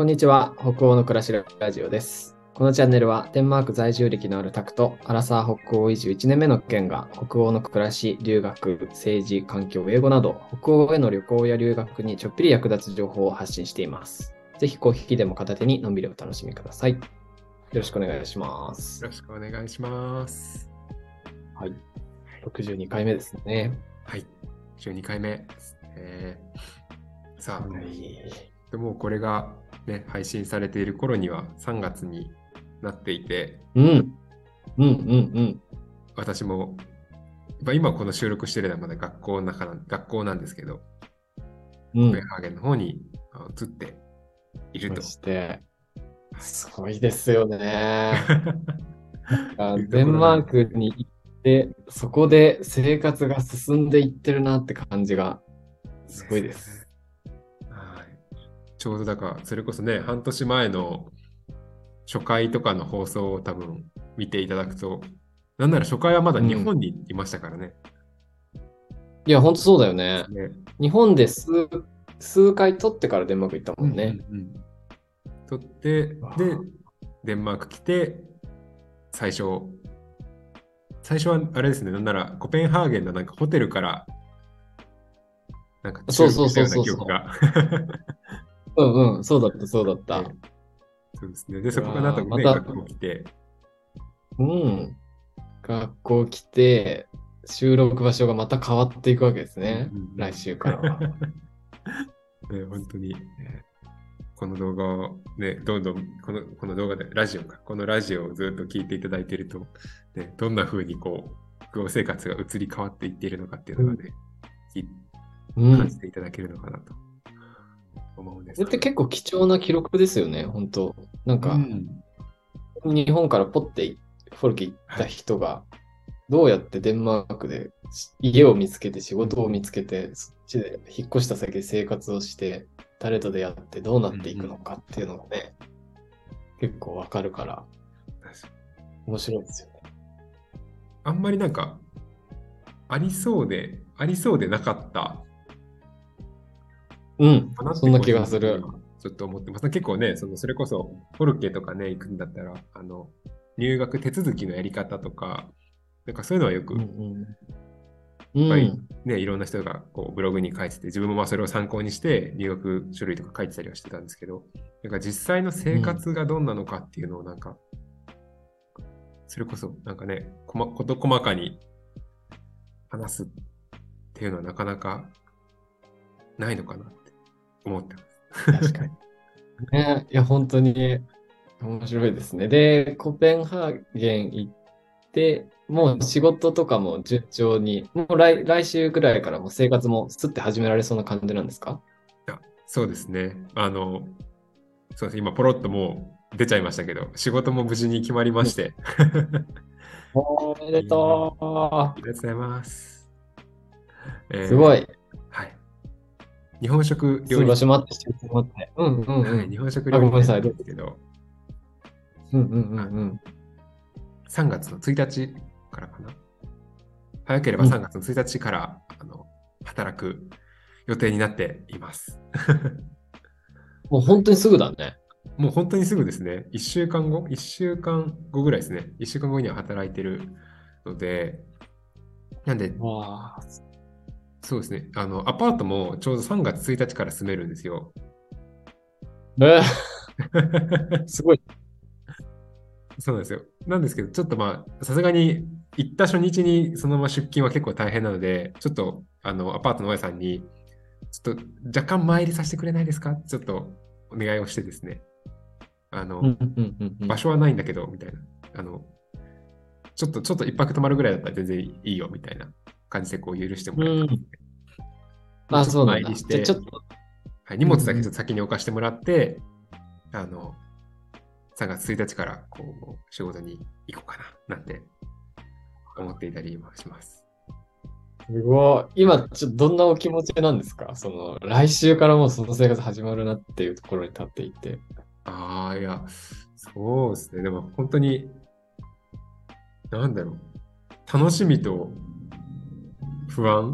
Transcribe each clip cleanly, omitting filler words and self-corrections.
こんにちは、北欧の暮らしラジオです。このチャンネルはデンマーク在住歴のあるタクとアラサー北欧移住1年目の県が北欧の暮らし、留学、政治、環境、英語など北欧への旅行や留学にちょっぴり役立つ情報を発信しています。ぜひコーヒーでも片手にのんびりお楽しみください。よろしくお願いします。 よろしくお願いします。 はい。62回目ですね。 はい。12回目ですね。さあ、 はい、 でもこれが、ね、配信されている頃には3月になっていて、私も、今この収録してるのはまだ学校なんですけど、コペンハーゲンの方に移っていると。 そして、すごいですよね。 いうとデンマーころなんです。 クに行って、そこで生活が進んでいってるなって感じがすごいです。 はい。ちょうどだから、それこそね、半年前の初回とかの放送を多分見ていただくと、なんなら初回はまだ日本にいましたからね。 いや、ほんとそうだよね。 ね。 日本で数回取ってからデンマーク行ったもんね。 取って、で、デンマーク来て、最初はあれですね、なんならコペンハーゲンのなんかホテルからなんかそうそう中継したようなそうそうそ記憶が。 う。うんうん、そうだった、そうだっね、 た。 そうですね。で、そこから後ね、 また、 学校来て、 うん、学校来て、収録場所がまた変わっていくわけですうんうね。来んうん週からは。 ね、本当に、この動画をね、どんどん、この動画で、このラジオをずっと聞いていただいていると、ね、どんな風にこう、学校生活が移り変わっていっているのかっていうのがね、感じていただけるのかなと思うんですけど。 それって結構貴重な記録ですよね、本当なんか、 うん。 日本からポッてフォルケ行ったはい。 人が、どうやってデンマークで家を見つけて仕事を見うんうんつけて、そっちで引っ越した先で生活をして、誰と出会ってどうなっていくのうんうんかっていうのがね、結構わかるから、 確かに面白いですよね。 あんまりなんか、ありそうでなかったうん、 かなってそんな気個人がする。 的にはちょっと思ってます。結構ね、それこそフォルケとかね、行くんだったら、入学手続きのやり方とか、なんかそういうのはよく、いっうんうん。 ぱいうん。 ね、いろんな人がこうブログに書いてて、自分もまあそれを参考にして入学書類とか書いてたりはしてたんですけど、なんか実際の生うん。 活がどんなのかっていうのをなんか、それこそなんかね、事細かに話すっていうのはなかなかないのかなって思ってます。 確かに。ね、いや、本当に面白いですね。で、コペンハーゲン行って、もう仕事とかも順調に、もう来週くらいからもう生活もスッて始められそうな感じなんですか？ いやそうですね。そうです。今、ポロッともう出ちゃいましたけど、仕事も無事に決まりまうん。 して。 おめでいやー、 とう。 ありがとうございます。 すごい。 はい。日本食料理、 すぐ場所待ってしてもらって。うんうんうはい、 ん。 日本食あ、 料ごめんなさい。 理店なんでどうぞ。 すけど、 うんうんうあんうん。 3月の1日からかな。早ければ3 うん。 月の1日から働く予定になっています。 もう本当にすぐだね。 もう本当にすぐですね。1週間後ぐらいですね。1週間後には働いてるので、なんで、 わあ。 そうですね。アパートもちょうど3月1日から住めるんですよ。 すごい。 そうなんですよ。なんですけど、ちょっとまあ、さすがに行った初日にそのまま出勤は結構大変なので、ちょっとアパートの大家さんに、ちょっと若干前入りさせてくれないですかちょっとお願いをしてですね。 うんうんうんうん。 場所はないんだけど、みたいな。ちょっと一泊泊まるぐらいだったら全然いいよ、みたいな感じでこう許してもらえたので。 うん。 まあ、 あ、 ちょっとそうなんだ。じゃあち前入りして、 ょっと、 はい、荷うんう物だけちょっん。 と先に置かしてもらって、あの、3月1日からこう仕事に行こうかな、なんて思っていたりもします。 すごい。今、どんなお気持ちなんですか？来週からもうその生活始まるなっていうところに立っていて。 ああ、いや、そうですね。でも本当に、なんだろう。楽しみと不安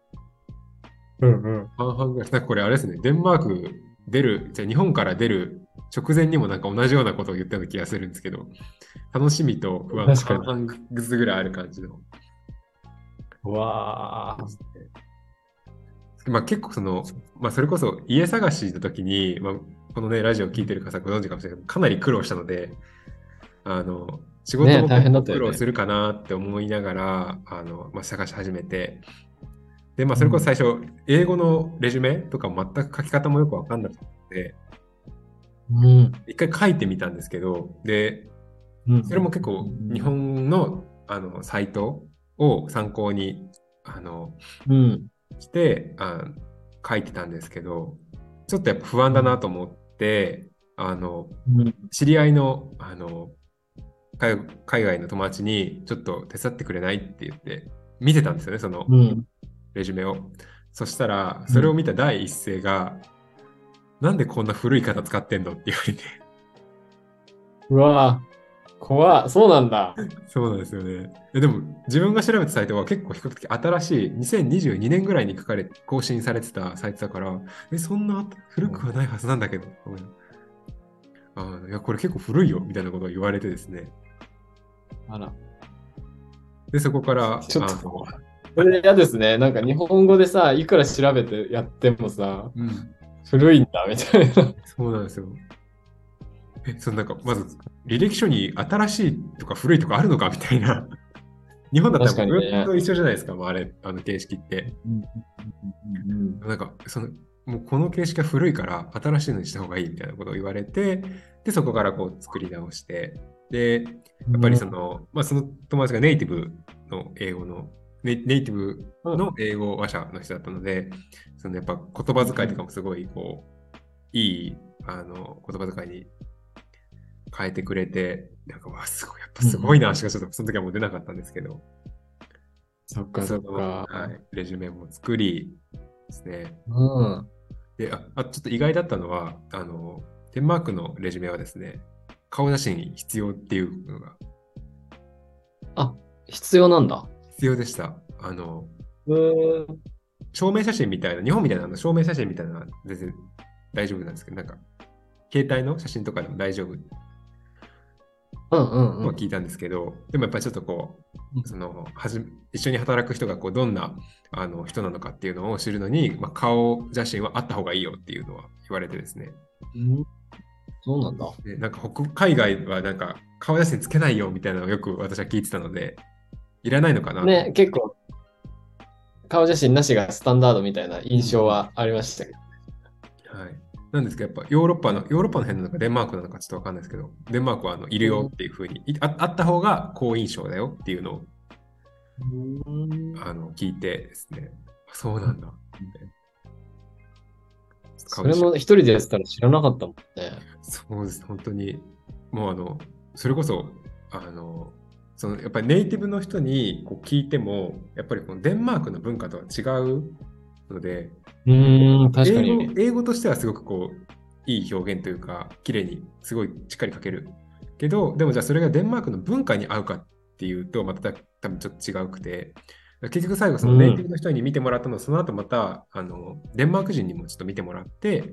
うんうん。 半々ぐらい。なんかこれあれですね。デンマーク出る、じゃあ日本から出る直前にもなんか同じようなことを言ったような気がするんですけど、楽しみと不安が確かに。 半々ずつぐらいある感じの。 うわー。 まあ、結構まあ、それこそ家探しの時に、まあ、このね、ラジオを聞いてる方ご存知かもしれないけど、かなり苦労したので、仕事ね、大も結構苦変だったよね。 労するかなって思いながら、まあ、探し始めて、で、まあ、それこそうん。 最初、英語のレジュメとかも全く書き方もよくわかんなくて、 うん。 一回書いてみたんですけど、で、 うん。 それも結構日本の、サイトを参考にうん。 して、書いてたんですけど、ちょっとやっぱ不安だなうん。 と思って、 うん。 知り合いの、海外の友達にちょっと手伝ってくれないって言って見てたんですよね、そのうん。 レジュメを。そしたら、 うん。 それを見た第一声が、なんでこんな古い方使ってんのって言われて。 うわー、怖っ。そうなんだ。 そうなんですよね。でも、自分が調べたサイトは結構比較的新しい、2022年ぐらいに更新されてたサイトだから、そんな古くはないはずなんだけど、いや、これ結構古いよ、みたいなことを言われてですね。 あら。 で、そこから、 ちょっと、それ嫌ですね。なんか日本語でさ、いくら調べてやってもさ、 うん、 古いんだみたいな。 そうなんですよ。なんか、まず、履歴書に新しいとか古いとかあるのかみたいな。日本だったら確もうずっかにね。 と一緒じゃないですか、もうあれ、あの形式って。 うん。うん。 なんか、もうこの形式が古いから新しいのにした方がいいみたいなことを言われて、で、そこからこう作り直して、で、やっぱりうん。 まあ、その友達がネイティブの英語の、ネイティブうん。 の英語話者の人だったので、やっぱ言葉遣いとかもすごいこう、いい言葉遣いに変えてくれて、なんか、わ、すごい、やっぱうん。 すごいな、しかちょっとその時はもう出なかったんですけど、 そっかそっか。 はい、レジュメも作りですね。 うん。 で、ちょっと意外だったのは、デンマークのレジュメはですね、顔写真必要っていうのがあ、必要なんだ。 必要でした。 うーん。 証明写真みたいな、日本みたいな証明写真みたいなのは全然大丈夫なんですけど、なんか、携帯の写真とかでも大丈夫うんうんうん。 とは聞いたんですけど、でもやっぱりちょっとこう、一緒に働く人がこうどんな人なのかっていうのを知るのに、まあ、顔写真はあった方がいいよっていうのは言われてですね。 うん。そうなんだ。 で、なんか海外はなんか顔写真つけないよみたいなのをよく私は聞いてたので、いらないのかなと思ね、 って。 結構顔写真なしがスタンダードみたいなうん印象うん。 はありましたけど。 はい。なんですけど、やっぱヨーロッパの辺なのかデンマークなのかちょっとわかんないですけど、デンマークはいるよっていうふうに、あった方が好印象だよっていうのをうん。 聞いてですね、そうなんだって。顔写真。 それも一人でやってたら知らなかったもんね。 そうです、本当に。もうそれこそ、やっぱりネイティブの人にこう聞いても、やっぱりこのデンマークの文化とは違うので、 確かに。 英語としてはすごくこう、いい表現というか、綺麗に、すごいしっかり書ける。けど、でもじゃあそれがデンマークの文化に合うかっていうと、また多分ちょっと違うくて、結局最後そのネイティブうん。 の人に見てもらったのを、その後また、デンマーク人にもちょっと見てもらって、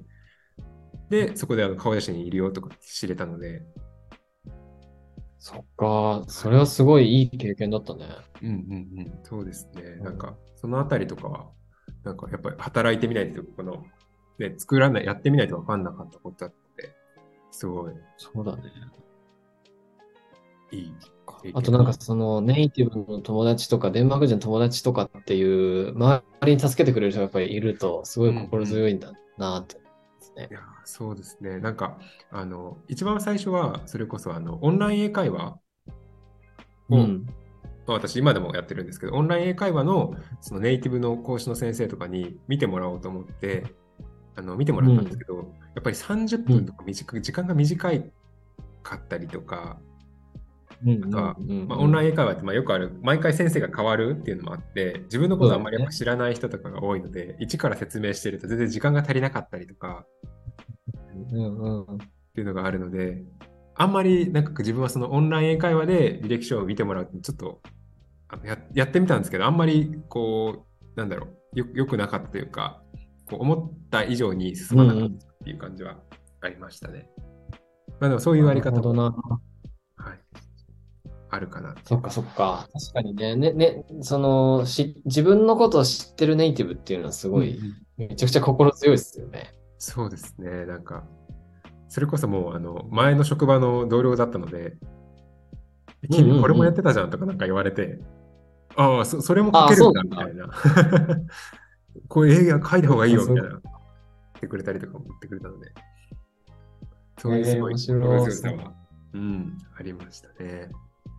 で、そこで顔写真いるよとか知れたので、 そっか。それははい。 すごいいい経験だったね。 うんうんうん、そうですね。 うん。 なんか、そのあたりとかは、なんかやっぱり働いてみないと、作らない、やってみないと分かんなかったことだって、すごいそうだね。 いい経あと験だ。 なんかそのネイティブの友達とかデンマーク人の友達とかっていう周りに助けてくれる人がやっぱりいるとすごうい心んうん。 強いんだなって思いますね。 いや、そうですね。なんか、一番最初は、それこそ、オンライン英会話を、 うん。 まあ私今でもやってるんですけど、オンライン英会話のそのネイティブの講師の先生とかに見てもらおうと思って、見てもらったんですうん。 けど、やっぱり30 うん。 分とか時間が短いかったりとか、 うん。 あとは、 うん。 まあ、 うん。 オンライン英会話ってよくある、毎回先生が変わるっていうのもあって、自分のことあんまりやっぱそうだよね。 知らない人とかが多いので、一から説明してると全然時間が足りなかったりとかうんうん。 っていうのがあるので、あんまりなんか自分はそのオンライン英会話で履歴書を見てもらうってちょっとやってみたんですけど、あんまりこう、なんだろう、よくなかったというか、こう思った以上に進まなかっうんうん。 たっていう感じはありましたね。 まあでもそういうなあり方も、 るほどな。 はい、あるかなっていう。 そっかそっか。確かにね、自分のことを知ってるネイティブっていうのはすごい、 うんうん。 めちゃくちゃ心強いですよね。 そうですね。なんか、それこそもう、前の職場の同僚だったので、 うん君これもやっうんうん。 てたじゃんとかなんか言われて、ああ、それも書ああ、 けるんそうなんだ。 だみたいな。こういう映画書いた方がいいそっか、そっか。 よみたいな言ってくれたりとかも言ってくれたので、そういうすごい面心白い。 強さは、うん、ありましたね。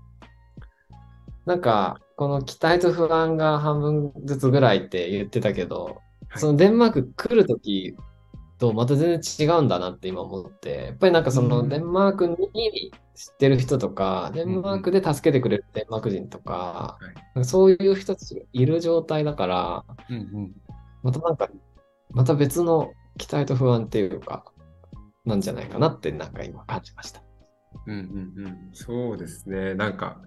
なんか、この期待と不安が半分ずつぐらいって言ってたけど、 はい。 そのデンマーク来るときとまた全然違うんだなって今思って、やっぱりなんかうそのデん、 ンマークに知ってる人とか、デうん、 ンマークうん。 で助けてくれるデンマーク人とか、 はい。 なんかそういう人たちがいる状態だから、 うん、うん。 またなんか、また別の期待と不安っていうか、なんじゃないかなってなんか今感じました。 うん、うん、うん。そうですね。なんか、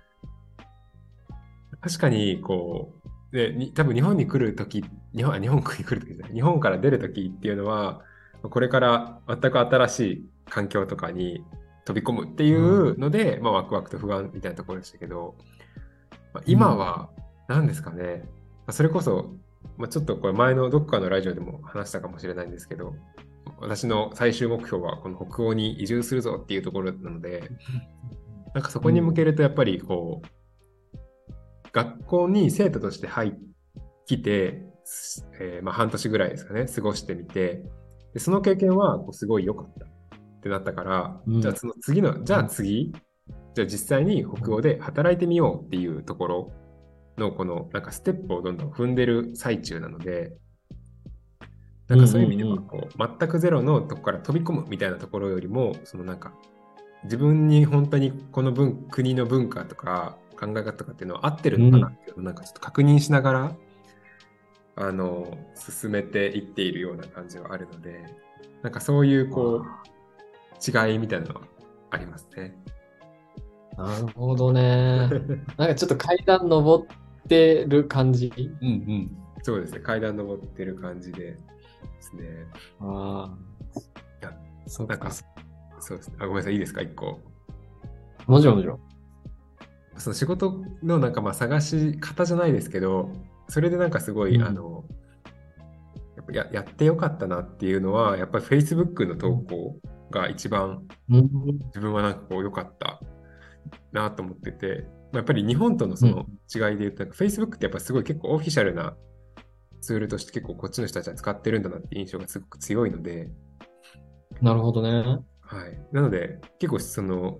確かに、こう、多分日本に来るとき、日本に来るときじゃない、日本から出るときっていうのは、これから全く新しい環境とかに飛び込むっていうん。 うので、まあ、ワクワクと不安みたいなところでしたけど、まあ、 うん。 今は何ですかね、まあそれこそ、まあ、ちょっとこれ前のどっかのラジオでも話したかもしれないんですけど、私の最終目標はこの北欧に移住するぞっていうところなので、なんかそこに向うん。 けるとやっぱりこう、学校に生徒として入ってきて、まあ、半年ぐらいですかね、過ごしてみて、でその経験はこうすごい良かったってなったから、じゃあうん。 その次の、じゃあ次、じゃあ実際に北欧で働いてみようっていうところのこのなんかステップをどんどん踏んでる最中なので、なんうん。 かそういう意味でうん。 はこう全くゼロのとこから飛び込むみたいなところよりも、そのなんか自分に本当にこの国の文化とか考え方とかっていうのは合ってるのかなうん。 っていうのをなんかちょっと確認しながら進めていっているような感じはあるので、なんかそういうこあう違いみたいなのはありますね。 あ、なるほどね。なんかちょっと階段登ってる感じ。 うんうん。そうですね。階段登ってる感じでですね。 ああ、 いや、 そっか。 なんか、そうですね。あ、ごめんなさい。いいですか、一個。 もちろんもちろん。 その仕事のなんかまあ探し方じゃないですけど、それでなんかすごい、 うん。 やっぱやってよかったなっていうのは、やっぱり Facebook の投稿が一番うん。 自分はなんかこう良かったなと思ってて、まあやっぱり日本とのそうん。 の違いで言うと、なんか Facebook ってやっぱすごい結構オフィシャルなツールとして結構こっちの人たちは使ってるんだなっていう印象がすごく強いので、 なるほどね。 はい。なので、結構その、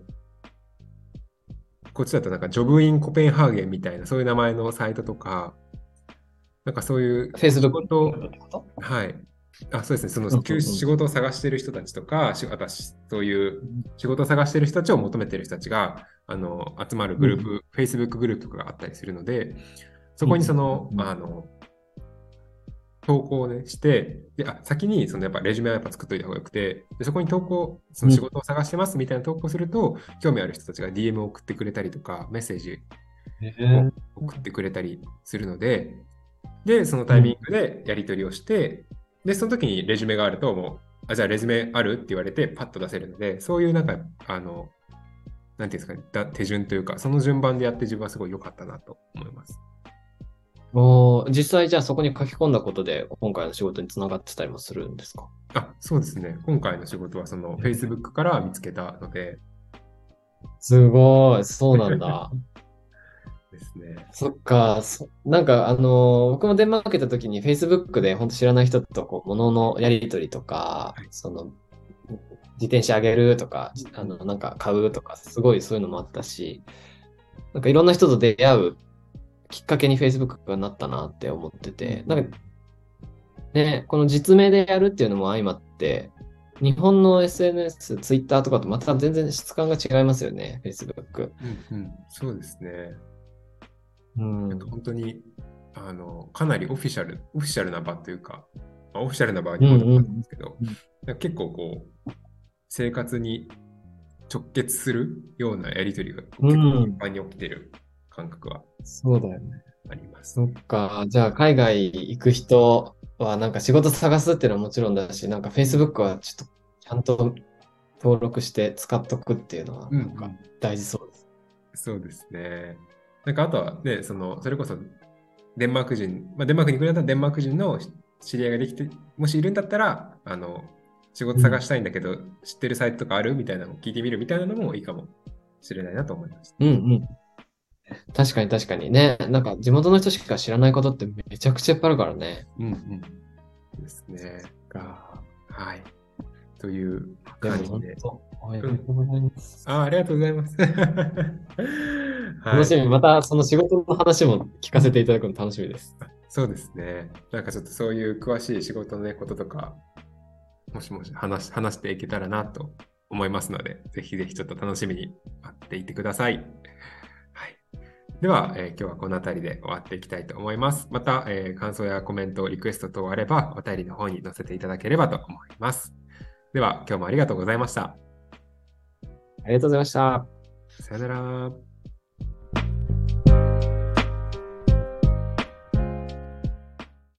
こっちだとなんかジョブインコペンハーゲンみたいなそういう名前のサイトとか、なんかそういう仕 Facebook 事、 ってこと？ はい。あ、そうですね。そのうんうん仕事を探している人たちとか、あとはそういう仕事を探している人たちを求めている人たちが集まるうん。 グループ、Facebook グループとかがあったりするので、そこにうん。 その、 うん。 投稿をね、して、で、先にそのやっぱレジュメはやっぱ作っといた方がよくて、でそこに投稿、そのうん。 仕事を探してますみたいな投稿すると、興味ある人たちが DM を送ってくれたりとか、メッセージをへえ。 送ってくれたりするので、で、そのタイミンうん。 グでやり取りをして、で、その時にレジュメがあると、もう、じゃあレジュメあるって言われて、パッと出せるので、そういうなんか、なんていうんですかね、手順というか、その順番でやって自分はすごい良かったなと思います。 実際じゃあそこに書き込んだことで今回の仕事につながってたりもするんですか？ そうですね。今回の仕事はそのへえ。 Facebook から見つけたので、 すごい、そうなんだ。 ですね。 そっか、なんか僕もデンマーク行った時に Facebook で本当知らない人とこう物のやり取りとか、 はい。 自転車あげるとか、 うんうん。 なんか買うとか、すごいそういうのもあったし、なんかいろんな人と出会うきっかけに Facebook がなったなって思ってて、 うんうん。 なんかね、この実名でやるっていうのも相まって、日本の SNS、Twitter とかとまた全然質感が違いますよね、Facebook。 うんうん。そうですね。 うん。 本当に、かなりオフィシャルな場というか、オフィシャルな場は日うん本だと思うんでうんすけど、 うん。 結構こう、生活に直結するようなやり取りがう結構頻ん。 繁に起きている感覚はそうだよね。 ありますそっね。 か。じゃあ、海外行く人は、なんか仕事探すっていうのはもちろんだし、なんか Facebook はちょっとちゃんと登録して使っとくっていうのは、 うんなんか大事そうです。 そうですね。なんかあとはね、それこそデンマーク人、デンマークに行くんだったらデンマーク人の知り合いができて、もしいるんだったら、仕事探したいんだけど、知ってるサイトとかあるみたいなのを聞いてみるみたいなのもいいかもしれないなと思いました。 うんうん。確かに確かにね。なんか地元の人しか知らないことってめちゃくちゃいっぱいあるからね。 ですね。 か。 はい。というでも感じで。 本当、おめでとうございます。 ありがとうございます。はい。 楽しみ。またその仕事の話も聞かせていただくの楽しみです。 そうですね。なんかちょっとそういう詳しい仕事のね、こととか、もしもし話していけたらなと思いますので、ぜひぜひちょっと楽しみに待っていてください。はい。では、今日はこの辺りで終わっていきたいと思います。また、感想やコメント、リクエスト等あれば、お便りの方に載せていただければと思います。では、今日もありがとうございました。 ありがとうございました。 さよなら。